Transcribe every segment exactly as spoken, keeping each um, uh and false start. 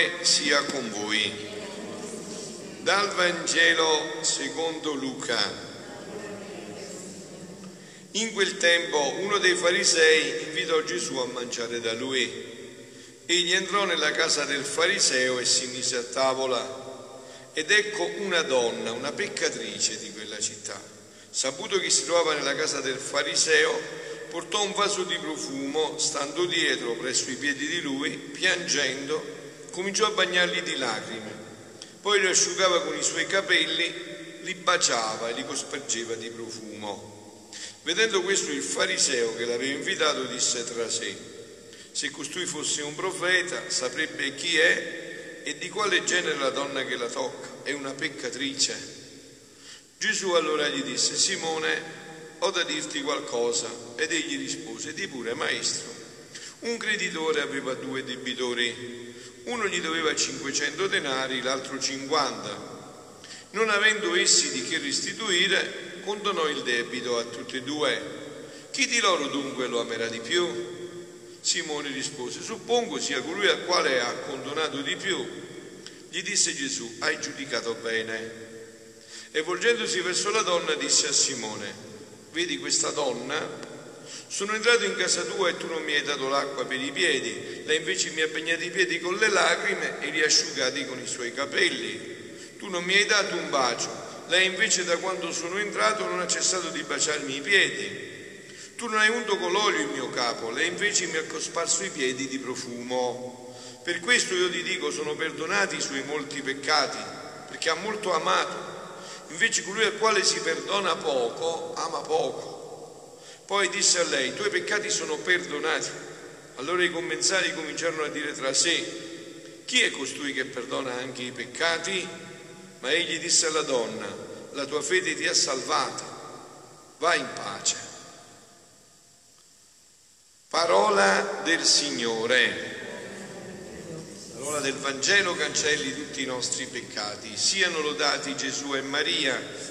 Signore sia con voi. Dal Vangelo secondo Luca. In quel tempo uno dei farisei invitò Gesù a mangiare da lui. Egli entrò nella casa del fariseo e si mise a tavola. Ed ecco una donna, una peccatrice di quella città, saputo che si trovava nella casa del fariseo, portò un vaso di profumo, stando dietro presso i piedi di lui, piangendo, cominciò a bagnarli di lacrime. Poi li asciugava con i suoi capelli, li baciava e li cospargeva di profumo. Vedendo questo, il fariseo che l'aveva invitato disse tra sé: se costui fosse un profeta, saprebbe chi è e di quale genere la donna che la tocca, è una peccatrice. Gesù allora gli disse: Simone, ho da dirti qualcosa. Ed egli rispose: di pure, maestro. Un creditore aveva due debitori. Uno gli doveva cinquecento denari, l'altro cinquanta. Non avendo essi di che restituire, condonò il debito a tutti e due. Chi di loro dunque lo amerà di più? Simone rispose: suppongo sia colui al quale ha condonato di più. Gli disse Gesù: hai giudicato bene. E volgendosi verso la donna disse a Simone: vedi questa donna? Sono entrato in casa tua e tu non mi hai dato l'acqua per i piedi, lei invece mi ha bagnato i piedi con le lacrime e li ha asciugati con i suoi capelli. Tu non mi hai dato un bacio, lei invece da quando sono entrato non ha cessato di baciarmi i piedi. Tu non hai unto con l'olio il mio capo, lei invece mi ha cosparso i piedi di profumo. Per questo io ti dico, sono perdonati i suoi molti peccati, perché ha molto amato. Invece colui al quale si perdona poco, ama poco. Poi disse a lei: i tuoi peccati sono perdonati. Allora i commensali cominciarono a dire tra sé: chi è costui che perdona anche i peccati? Ma egli disse alla donna: la tua fede ti ha salvata, vai in pace. Parola del Signore. Parola del Vangelo cancelli tutti i nostri peccati. Siano lodati Gesù e Maria.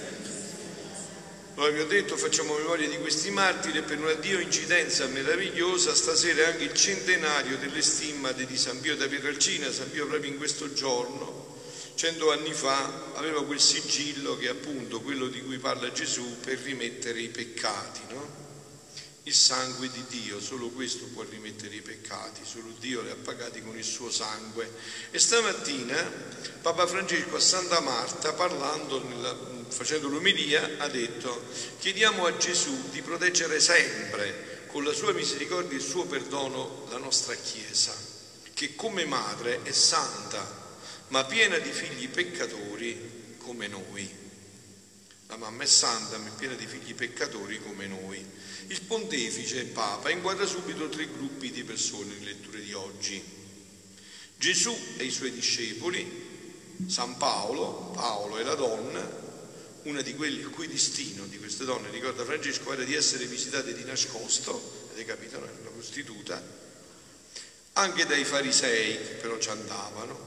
Noi vi ho detto, facciamo memoria di questi martiri, e per una Dio incidenza meravigliosa stasera è anche il centenario delle stimmate di San Pio da Pietrelcina. San Pio proprio in questo giorno, cento anni fa, aveva quel sigillo che è appunto quello di cui parla Gesù per rimettere i peccati, no? Il sangue di Dio, solo questo può rimettere i peccati, solo Dio li ha pagati con il suo sangue. E stamattina Papa Francesco a Santa Marta, parlando, nella, facendo l'omelia, ha detto: chiediamo a Gesù di proteggere sempre, con la sua misericordia e il suo perdono, la nostra Chiesa, che come madre è santa, ma piena di figli peccatori come noi. La mamma è santa, ma è piena di figli peccatori come noi. Il pontefice, il Papa, inquadra subito tre gruppi di persone in letture di oggi: Gesù e i suoi discepoli, San Paolo, Paolo e la donna, una di quelli il cui destino di queste donne, ricorda Francesco, era di essere visitate di nascosto, avete capito, no? Una prostituta, anche dai farisei che però ci andavano,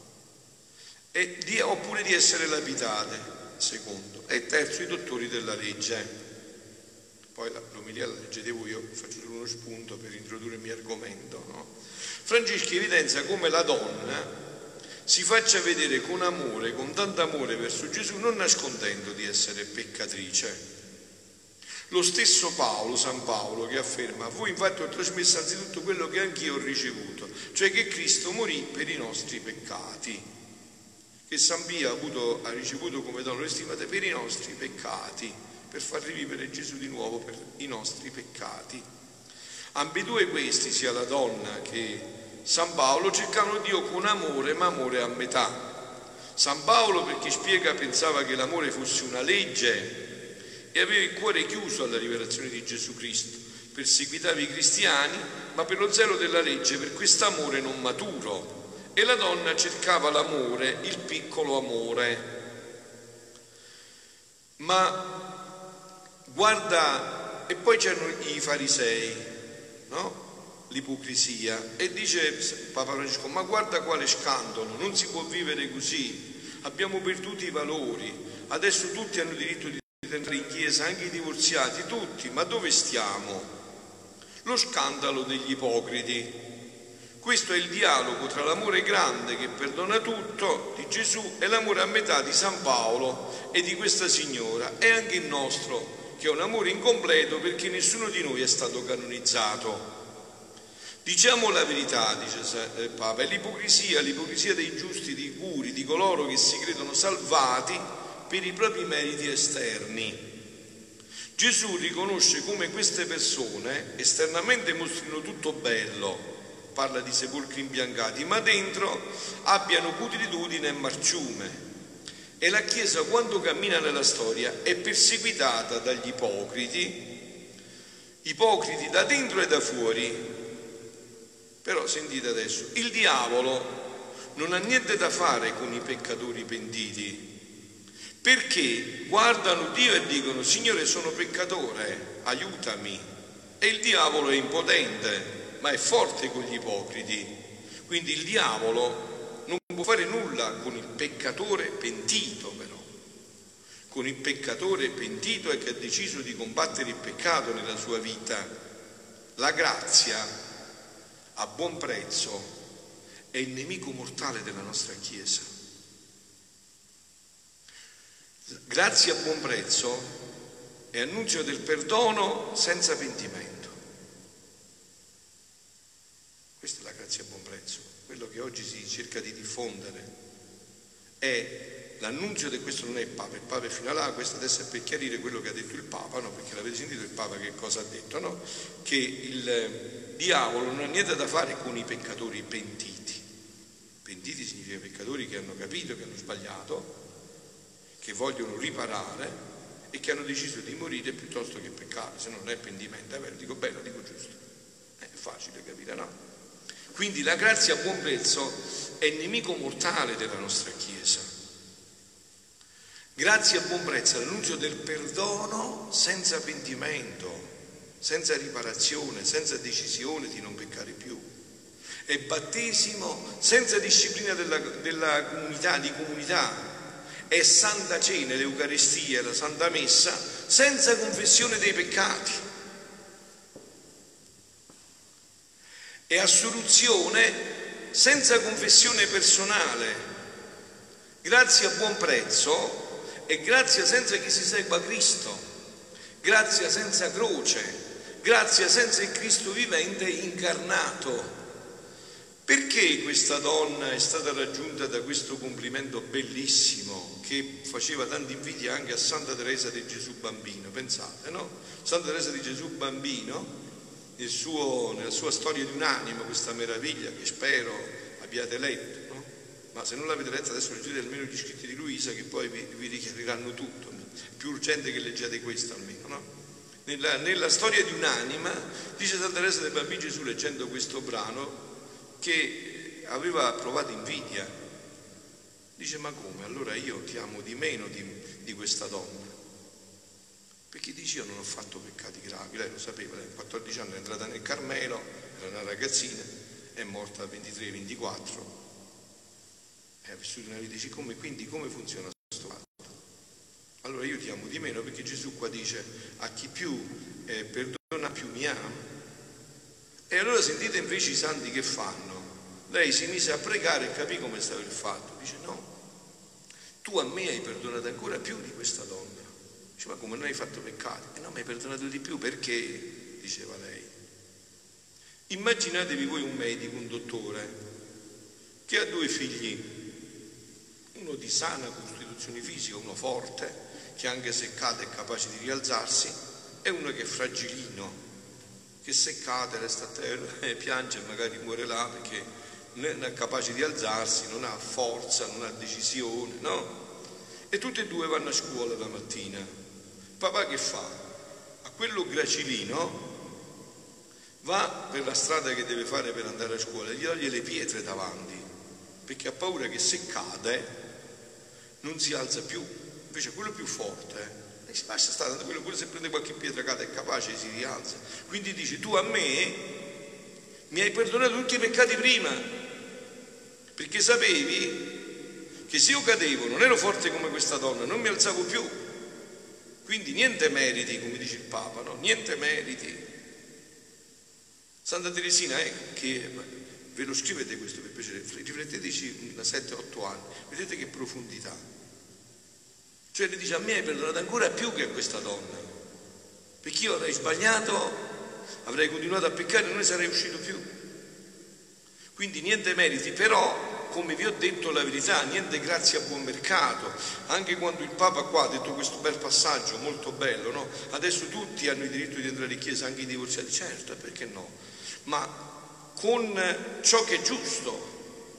e di, oppure di essere lapidate, secondo, e terzo i dottori della legge. Poi l'omelia la leggete voi, io faccio solo uno spunto per introdurre il mio argomento, no? Francesco evidenzia come la donna si faccia vedere con amore, con tanto amore verso Gesù, non nascondendo di essere peccatrice. Lo stesso Paolo, San Paolo, che afferma: a voi infatti ho trasmesso anzitutto quello che anch'io ho ricevuto, cioè che Cristo morì per i nostri peccati, che San Pio ha, avuto, ha ricevuto come dono estimate per i nostri peccati, per far rivivere Gesù di nuovo per i nostri peccati. Ambedue questi, sia la donna che San Paolo, cercavano Dio con amore, ma amore a metà. San Paolo perché spiega pensava che l'amore fosse una legge e aveva il cuore chiuso alla rivelazione di Gesù Cristo, perseguitava i cristiani, ma per lo zelo della legge, per quest'amore non maturo. E la donna cercava l'amore, il piccolo amore. Ma guarda, e poi c'erano i farisei, no? L'ipocrisia, e dice Papa Francesco: ma guarda quale scandalo, non si può vivere così, abbiamo perduto i valori, adesso tutti hanno diritto di entrare in chiesa, anche i divorziati, tutti, ma dove stiamo? Lo scandalo degli ipocriti. Questo è il dialogo tra l'amore grande che perdona tutto di Gesù e l'amore a metà di San Paolo e di questa signora, e anche il nostro, che è un amore incompleto perché nessuno di noi è stato canonizzato. Diciamo la verità, dice il Papa, è l'ipocrisia, l'ipocrisia dei giusti, dei puri, di coloro che si credono salvati per i propri meriti esterni. Gesù riconosce come queste persone esternamente mostrino tutto bello, parla di sepolcri imbiancati, ma dentro abbiano putridine e marciume. E la Chiesa, quando cammina nella storia, è perseguitata dagli ipocriti, ipocriti da dentro e da fuori. Però sentite adesso, il diavolo non ha niente da fare con i peccatori pentiti, perché guardano Dio e dicono: Signore, sono peccatore, aiutami. E il diavolo è impotente, ma è forte con gli ipocriti. Quindi il diavolo non può fare nulla con il peccatore pentito, però. Con il peccatore pentito e che ha deciso di combattere il peccato nella sua vita. La grazia a buon prezzo è il nemico mortale della nostra Chiesa. Grazia a buon prezzo è annunzio del perdono senza pentimento. Questa è la grazia a buon prezzo. Quello che oggi si cerca di diffondere è l'annunzio di questo. Non è il Papa, il Papa è fino là, questo adesso è per chiarire quello che ha detto il Papa, no? Perché l'avete sentito il Papa che cosa ha detto, no? Che il diavolo non ha niente da fare con i peccatori pentiti. Pentiti significa peccatori che hanno capito che hanno sbagliato, che vogliono riparare e che hanno deciso di morire piuttosto che peccare. Se non è pentimento, è vero, dico bene, dico giusto. È facile capire, no? Quindi la grazia a buon prezzo è il nemico mortale della nostra Chiesa. Grazia a buon prezzo è l'annunzio del perdono senza pentimento, senza riparazione, senza decisione di non peccare più. È battesimo senza disciplina della, della comunità, di comunità. È Santa Cena, l'Eucaristia, la Santa Messa, senza confessione dei peccati. È assoluzione senza confessione personale. Grazia a buon prezzo è grazia senza che si segua Cristo, grazia senza croce, grazia senza il Cristo vivente incarnato. Perché questa donna è stata raggiunta da questo complimento bellissimo che faceva tanta invidia anche a Santa Teresa di Gesù Bambino? Pensate, no? Santa Teresa di Gesù Bambino, nel suo, nella sua storia di un'anima, questa meraviglia che spero abbiate letto, no? Ma se non l'avete letta adesso leggete almeno gli scritti di Luisa, che poi vi, vi richiariranno tutto. È più urgente che leggete questo almeno, no? Nella, nella storia di un'anima, dice Santa Teresa del Bambino Gesù, leggendo questo brano, che aveva provato invidia. Dice: ma come? Allora io ti amo di meno di, di questa donna, perché dice: io non ho fatto peccati gravi. Lei lo sapeva, lei a quattordici anni è entrata nel Carmelo, era una ragazzina, è morta a ventitré ventiquattro, e ha vissuto una vita. Dice: come? Quindi come funziona questo fatto? Allora io ti amo di meno, perché Gesù qua dice: a chi più eh, perdona più mi ama. E allora sentite invece i santi che fanno. Lei si mise a pregare e capì come stava il fatto. Dice: no, tu a me hai perdonato ancora più di questa donna. Dice: ma come, non hai fatto peccati? E no, mi hai perdonato di più. Perché? Diceva lei. Immaginatevi voi un medico, un dottore, che ha due figli, uno di sana costituzione fisica, uno forte, che anche se cade è capace di rialzarsi, e uno che è fragilino, che se cade resta a terra e piange e magari muore là perché non è capace di alzarsi, non ha forza, non ha decisione, no? E tutti e due vanno a scuola la mattina. Papà che fa? A quello gracilino va per la strada che deve fare per andare a scuola, gli toglie le pietre davanti, perché ha paura che se cade non si alza più. Invece quello più forte e si lascia stare, tanto quello pure se prende qualche pietra cade è capace e si rialza. Quindi dice: tu a me mi hai perdonato tutti i peccati prima, perché sapevi che se io cadevo non ero forte come questa donna, non mi alzavo più. Quindi niente meriti, come dice il Papa, no? Niente meriti. Santa Teresina è che ve lo scrivete questo per piacere, rifletteteci da sette otto anni, vedete che profondità. Cioè le dice: a me hai perdonato ancora più che a questa donna, perché io avrei sbagliato, avrei continuato a peccare e non ne sarei uscito più. Quindi niente meriti, però come vi ho detto la verità, niente grazie a buon mercato. Anche quando il Papa qua ha detto questo bel passaggio molto bello, no? Adesso tutti hanno il diritto di entrare in chiesa, anche i divorziati, certo, perché no? Ma con ciò che è giusto,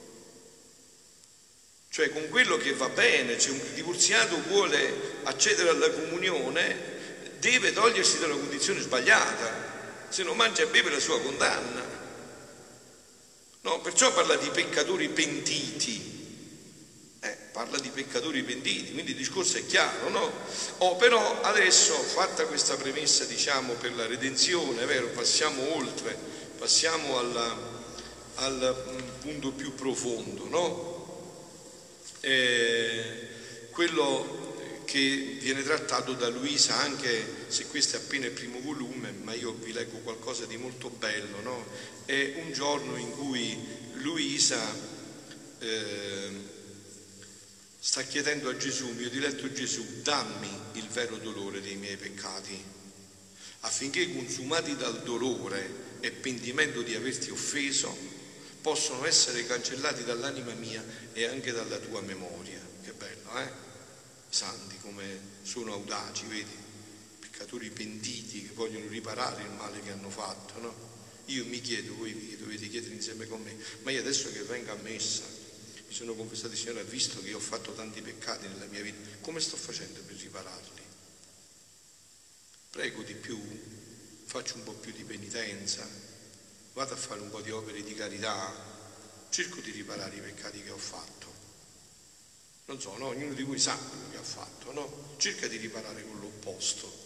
cioè con quello che va bene. Cioè un divorziato vuole accedere alla comunione, deve togliersi dalla condizione sbagliata, se non mangia e beve la sua condanna. No, perciò parla di peccatori pentiti, eh, parla di peccatori pentiti, quindi il discorso è chiaro, no? Oh, però adesso, fatta questa premessa, diciamo, per la redenzione, è vero, passiamo oltre, passiamo alla, al punto più profondo, no? Eh, quello che viene trattato da Luisa, anche se questo è appena il primo volume, ma io vi leggo qualcosa di molto bello, no? È un giorno in cui Luisa eh, sta chiedendo a Gesù: mio diletto Gesù, dammi il vero dolore dei miei peccati, affinché, consumati dal dolore e pentimento di averti offeso, possono essere cancellati dall'anima mia e anche dalla tua memoria. Che bello, eh? Santi come sono audaci, vedi? Peccatori pentiti che vogliono riparare il male che hanno fatto, no? Io mi chiedo, voi vi dovete chiedere insieme con me, ma io adesso che vengo a messa, mi sono confessato, il Signore ha visto che io ho fatto tanti peccati nella mia vita, come sto facendo per ripararli? Prego di più, faccio un po' più di penitenza, vado a fare un po' di opere di carità, cerco di riparare i peccati che ho fatto. Non so, no? Ognuno di voi sa quello che ha fatto, no? Cerca di riparare con l'opposto.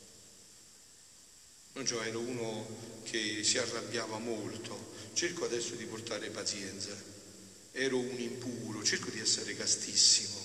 Non cioè ero uno che si arrabbiava molto, cerco adesso di portare pazienza. Ero un impuro, cerco di essere castissimo.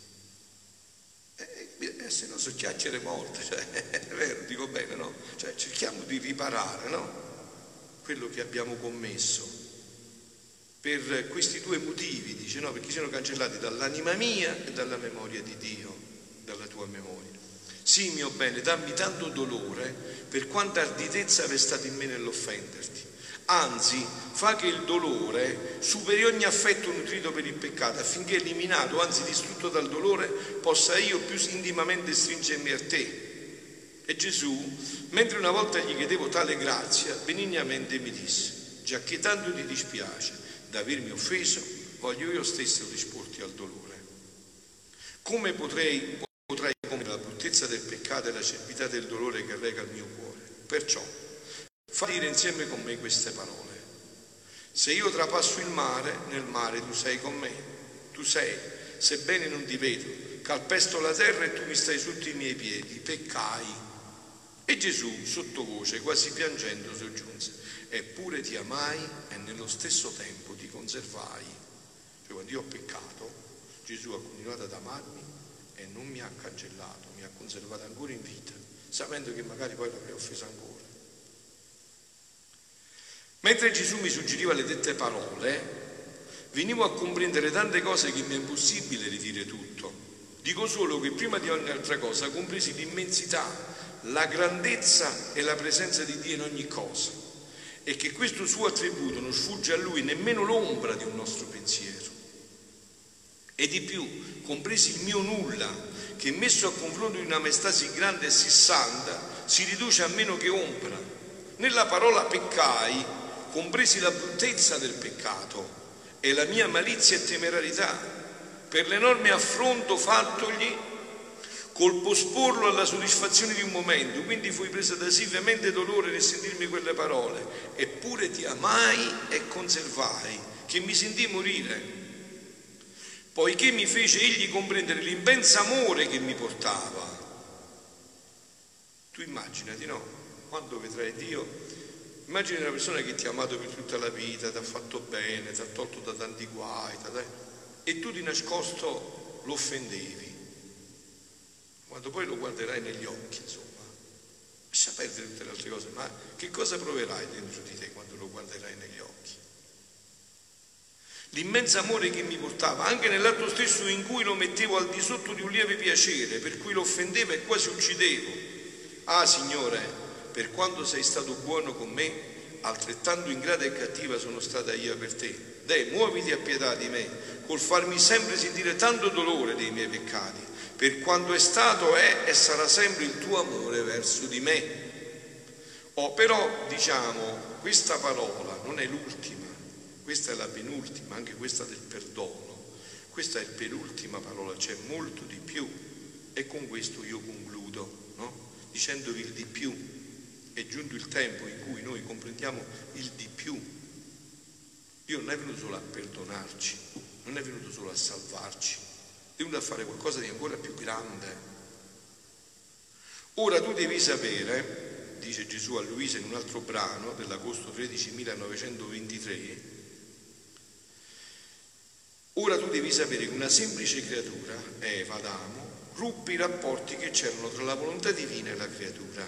Eh, eh, se no so chiacchiere morte, cioè, è vero, dico bene, no? Cioè cerchiamo di riparare, no? Quello che abbiamo commesso. Per questi due motivi, dice, no? Perché siano cancellati dall'anima mia e dalla memoria di Dio, dalla tua memoria. Sì, mio bene, dammi tanto dolore per quanta arditezza è stata in me nell'offenderti. Anzi, fa che il dolore superi ogni affetto nutrito per il peccato, affinché eliminato, anzi distrutto dal dolore, possa io più intimamente stringermi a te. E Gesù, mentre una volta gli chiedevo tale grazia, benignamente mi disse: giacché tanto ti dispiace d'avermi offeso, voglio io stesso disporti al dolore. Come potrei potrai compiere la bruttezza del peccato e l'acerbità del dolore che reca il mio cuore? Perciò fa dire insieme con me queste parole: se io trapasso il mare, nel mare tu sei con me, tu sei, sebbene non ti vedo, calpesto la terra e tu mi stai sotto i miei piedi, peccai. E Gesù sottovoce, quasi piangendo, soggiunse: eppure ti amai e nello stesso tempo ti conservai. Cioè quando io ho peccato, Gesù ha continuato ad amarmi e non mi ha cancellato, mi ha conservato ancora in vita, sapendo che magari poi l'avrei offesa ancora. Mentre Gesù mi suggeriva le dette parole, venivo a comprendere tante cose che mi è impossibile ridire tutto. Dico solo che prima di ogni altra cosa compresi l'immensità, la grandezza e la presenza di Dio in ogni cosa, e che questo suo attributo non sfugge a Lui nemmeno l'ombra di un nostro pensiero. E di più, compresi il mio nulla, che messo a confronto di una maestà sì grande e sì santa, si riduce a meno che ombra. Nella parola peccai, compresi la bruttezza del peccato e la mia malizia e temerarietà, per l'enorme affronto fattogli col posporlo alla soddisfazione di un momento. Quindi fui presa da sì veemente dolore nel sentirmi quelle parole, eppure ti amai e conservai, che mi sentii morire, poiché mi fece egli comprendere l'immenso amore che mi portava. Tu immaginati, no? Quando vedrai Dio, immagini una persona che ti ha amato per tutta la vita, ti ha fatto bene, ti ha tolto da tanti guai, e tu di nascosto lo offendevi. Quando poi lo guarderai negli occhi, insomma, lascia perdere tutte le altre cose, ma che cosa proverai dentro di te quando lo guarderai negli occhi? l'immenso amore che mi portava, anche nell'atto stesso in cui lo mettevo al di sotto di un lieve piacere, per cui lo offendevo e quasi uccidevo. Ah, Signore, per quanto sei stato buono con me, altrettanto ingrata e cattiva sono stata io per te. Deh, muoviti a pietà di me, col farmi sempre sentire tanto dolore dei miei peccati, per quanto è stato, è e sarà sempre il tuo amore verso di me. Oh, però, diciamo, questa parola non è l'ultima. Questa è la penultima, anche questa del perdono. Questa è penultima parola, c'è molto di più. E con questo io concludo, no? Dicendovi il di più. È giunto il tempo in cui noi comprendiamo il di più. Dio non è venuto solo a perdonarci, non è venuto solo a salvarci, è venuto a fare qualcosa di ancora più grande. Ora tu devi sapere, dice Gesù a Luisa in un altro brano dell'agosto tredici millenovecentoventitré, ora tu devi sapere che una semplice creatura, Eva, Adamo, ruppe i rapporti che c'erano tra la volontà divina e la creatura.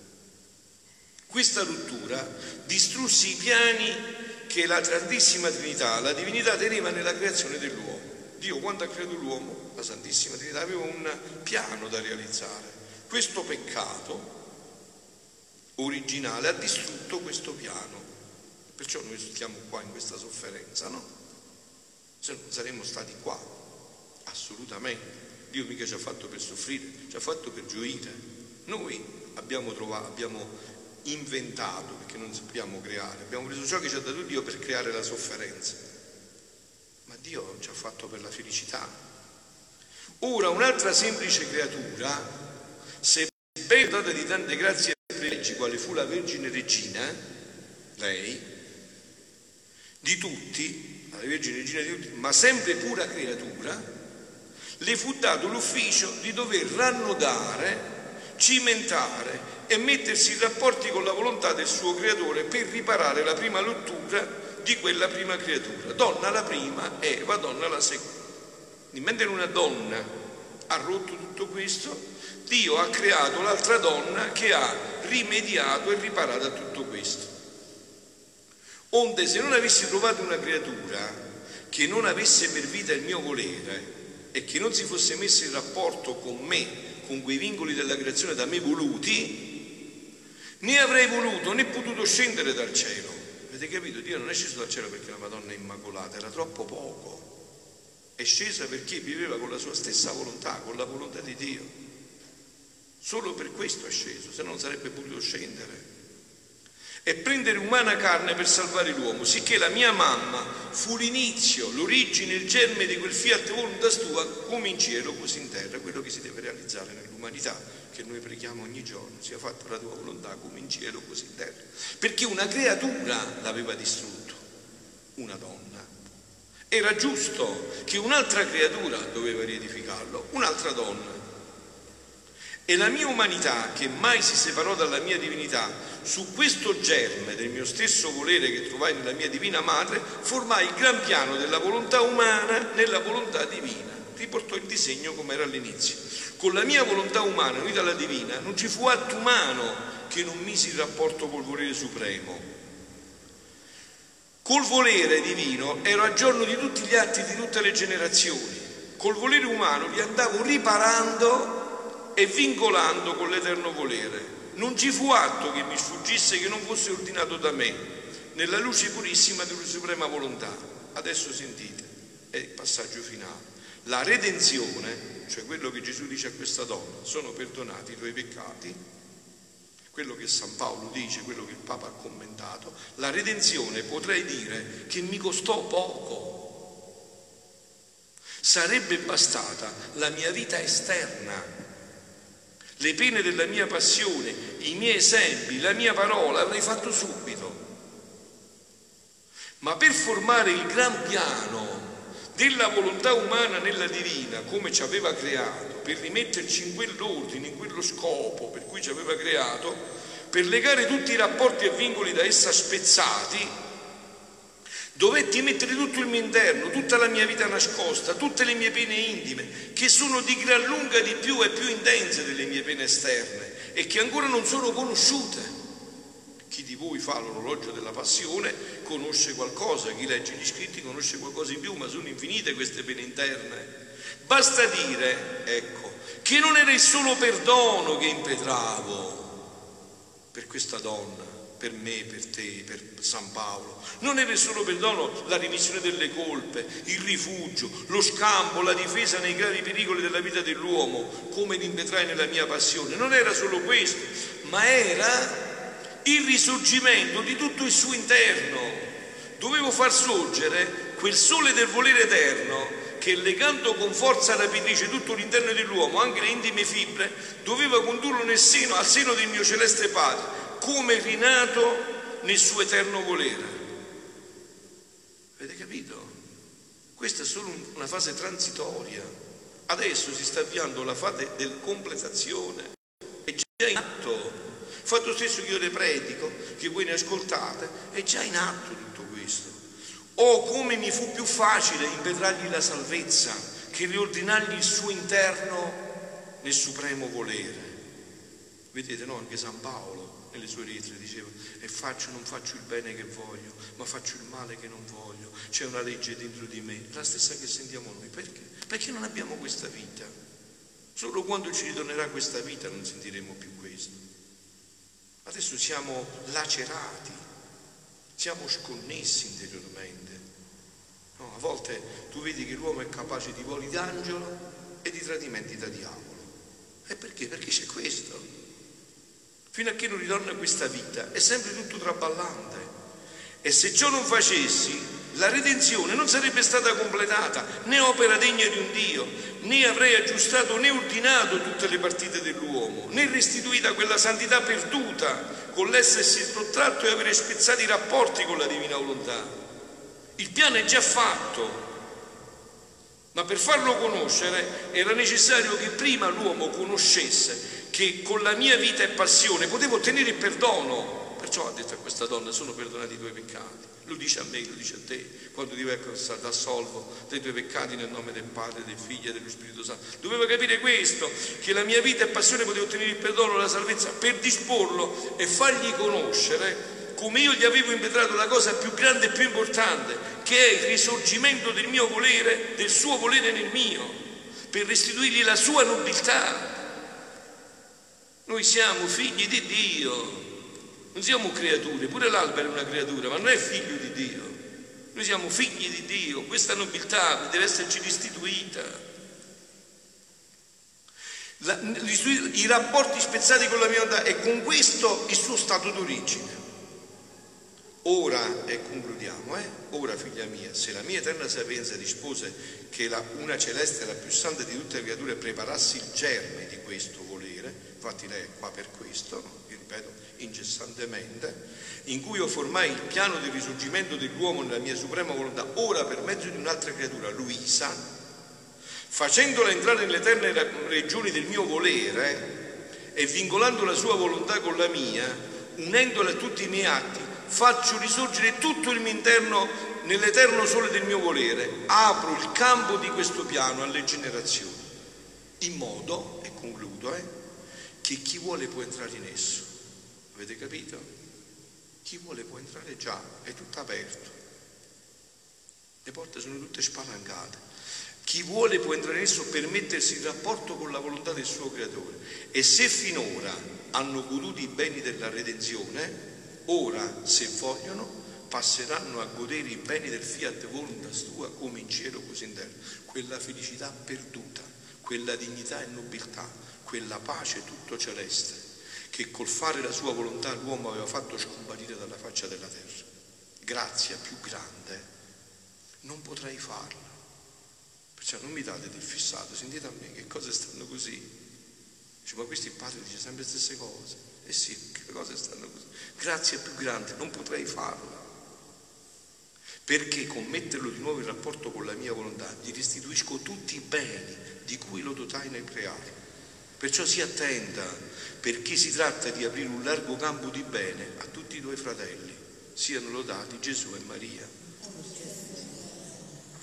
Questa rottura distrusse i piani che la Santissima Trinità, la divinità, teneva nella creazione dell'uomo. Dio, quando ha creato l'uomo, la Santissima Trinità aveva un piano da realizzare. Questo peccato originale ha distrutto questo piano. Perciò noi stiamo qua in questa sofferenza, no? Se non saremmo stati qua, assolutamente. Dio mica ci ha fatto per soffrire, ci ha fatto per gioire. Noi abbiamo trovato, abbiamo inventato, perché non sappiamo creare, abbiamo preso ciò che ci ha dato Dio per creare la sofferenza, ma Dio ci ha fatto per la felicità. Ora un'altra semplice creatura, sebbene dotata di tante grazie e privilegi, quale fu la Vergine Regina, lei, di tutti, la Vergine Regina di tutti, ma sempre pura creatura, le fu dato l'ufficio di dover rannodare, cimentare e mettersi in rapporti con la volontà del suo creatore per riparare la prima rottura di quella prima creatura. Donna la prima, Eva, donna la seconda. Mentre una donna ha rotto tutto questo, Dio ha creato l'altra donna che ha rimediato e riparato a tutto questo. Onde, se non avessi trovato una creatura che non avesse per vita il mio volere e che non si fosse messa in rapporto con me, con quei vincoli della creazione da me voluti, né avrei voluto né potuto scendere dal cielo. Avete capito? Dio non è sceso dal cielo perché la Madonna è immacolata, era troppo poco. È scesa perché viveva con la sua stessa volontà, con la volontà di Dio. Solo per questo è sceso, se no non sarebbe potuto scendere. E prendere umana carne per salvare l'uomo, sicché la mia mamma fu l'inizio, l'origine, il germe di quel fiat voluntas tua, come in cielo così in terra, quello che si deve realizzare nell'umanità, che noi preghiamo ogni giorno, sia fatta la tua volontà come in cielo così in terra, perché una creatura l'aveva distrutto, una donna. Era giusto che un'altra creatura doveva riedificarlo, un'altra donna. E la mia umanità, che mai si separò dalla mia divinità, su questo germe del mio stesso volere che trovai nella mia divina madre, formai il gran piano della volontà umana nella volontà divina. Riportò il disegno come era all'inizio. Con la mia volontà umana unita alla divina non ci fu atto umano che non misi in rapporto col volere supremo. Col volere divino ero a giorno di tutti gli atti di tutte le generazioni. Col volere umano li andavo riparando e vincolando con l'eterno volere. Non ci fu atto che mi sfuggisse che non fosse ordinato da me, nella luce purissima della suprema volontà. Adesso sentite, è il passaggio finale. La redenzione, cioè quello che Gesù dice a questa donna, sono perdonati i tuoi peccati, quello che San Paolo dice, quello che il Papa ha commentato, la redenzione potrei dire che mi costò poco. Sarebbe bastata la mia vita esterna, le pene della mia passione, i miei esempi, la mia parola, avrei fatto subito. Ma per formare il gran piano della volontà umana nella divina, come ci aveva creato, per rimetterci in quell'ordine, in quello scopo per cui ci aveva creato, per legare tutti i rapporti e vincoli da essa spezzati, dovetti mettere tutto il mio interno, tutta la mia vita nascosta, tutte le mie pene intime, che sono di gran lunga di più e più intense delle mie pene esterne e che ancora non sono conosciute, Chi di voi fa l'orologio della passione conosce qualcosa, chi legge gli scritti conosce qualcosa in più, ma sono infinite queste pene interne. Basta dire, ecco, che non era il solo perdono che impetravo per questa donna, per me, per te, per San Paolo. Non era il solo perdono, la remissione delle colpe, il rifugio, lo scampo, la difesa nei gravi pericoli della vita dell'uomo, come l'impetrai nella mia passione. Non era solo questo, ma era il risorgimento di tutto il suo interno. Dovevo far sorgere quel sole del volere eterno che, legando con forza rapitrice tutto l'interno dell'uomo, anche le intime fibre, doveva condurlo nel seno, al seno del mio celeste Padre, come rinato nel suo eterno volere. Avete capito? Questa è solo una fase transitoria. Adesso si sta avviando la fase della completazione. È già in atto. Il fatto stesso che io le predico, che voi ne ascoltate, è già in atto tutto questo. Oh, come mi fu più facile impetrargli la salvezza che riordinargli il suo interno nel supremo volere. Vedete, no? Anche San Paolo nelle sue lettere diceva: e faccio, non faccio il bene che voglio, ma faccio il male che non voglio. C'è una legge dentro di me, la stessa che sentiamo noi. Perché? Perché non abbiamo questa vita. Solo quando ci ritornerà questa vita non sentiremo più questo. Adesso siamo lacerati, siamo sconnessi interiormente. No, a volte tu vedi che l'uomo è capace di voli d'angelo e di tradimenti da diavolo. E perché? Perché c'è questo. Fino a che non ritorna questa vita è sempre tutto traballante. E se ciò non facessi, la redenzione non sarebbe stata completata, né opera degna di un Dio, né avrei aggiustato né ordinato tutte le partite dell'uomo, né restituita quella santità perduta con l'essersi sottratto e avere spezzato i rapporti con la divina volontà. Il piano è già fatto, ma per farlo conoscere era necessario che prima l'uomo conoscesse che con la mia vita e passione potevo ottenere il perdono. Perciò ha detto a questa donna: sono perdonati i tuoi peccati. Lo dice a me, lo dice a te, quando ti assolvo dei tuoi peccati nel nome del Padre, del Figlio e dello Spirito Santo. Doveva capire questo, che la mia vita e passione potevo ottenere il perdono, la salvezza, per disporlo e fargli conoscere come io gli avevo impetrato la cosa più grande e più importante, che è il risorgimento del mio volere, del suo volere nel mio, per restituirgli la sua nobiltà. Noi siamo figli di Dio. Non siamo creature, pure l'albero è una creatura, ma non è figlio di Dio. Noi siamo figli di Dio, questa nobiltà deve esserci restituita. La, I rapporti spezzati con la mia volontà, e con questo il suo stato d'origine. Ora, e concludiamo, eh? Ora, figlia mia, se la mia eterna sapienza dispose che la, una celeste, la più santa di tutte le creature, preparassi il germe di questo volere, infatti lei è qua per questo, no? Vi ripeto, incessantemente, in cui io formai il piano del risorgimento dell'uomo nella mia suprema volontà, ora per mezzo di un'altra creatura, Luisa, facendola entrare nelle eterne regioni del mio volere e vincolando la sua volontà con la mia, unendola a tutti i miei atti, faccio risorgere tutto il mio interno nell'eterno sole del mio volere, apro il campo di questo piano alle generazioni, in modo, e concludo, eh, che chi vuole può entrare in esso. Avete capito? Chi vuole può entrare già, è tutto aperto. Le porte sono tutte spalancate. Chi vuole può entrare in esso per mettersi in rapporto con la volontà del suo creatore. E se finora hanno goduto i beni della redenzione, ora, se vogliono, passeranno a godere i beni del fiat voluntas tua, come in cielo così in terra. Quella felicità perduta, quella dignità e nobiltà, quella pace tutto celeste, che col fare la sua volontà l'uomo aveva fatto scomparire dalla faccia della terra. Grazia più grande non potrei farla. Perciò non mi date del fissato, sentite a me che cose stanno così. Dice, ma questo il padre dice sempre le stesse cose. Eh sì, che cose stanno così. Grazia più grande non potrei farla. Perché con metterlo di nuovo in rapporto con la mia volontà gli restituisco tutti i beni di cui lo dotai nel crearlo. Perciò si attenta, perché si tratta di aprire un largo campo di bene a tutti i tuoi fratelli. Siano lodati Gesù e Maria.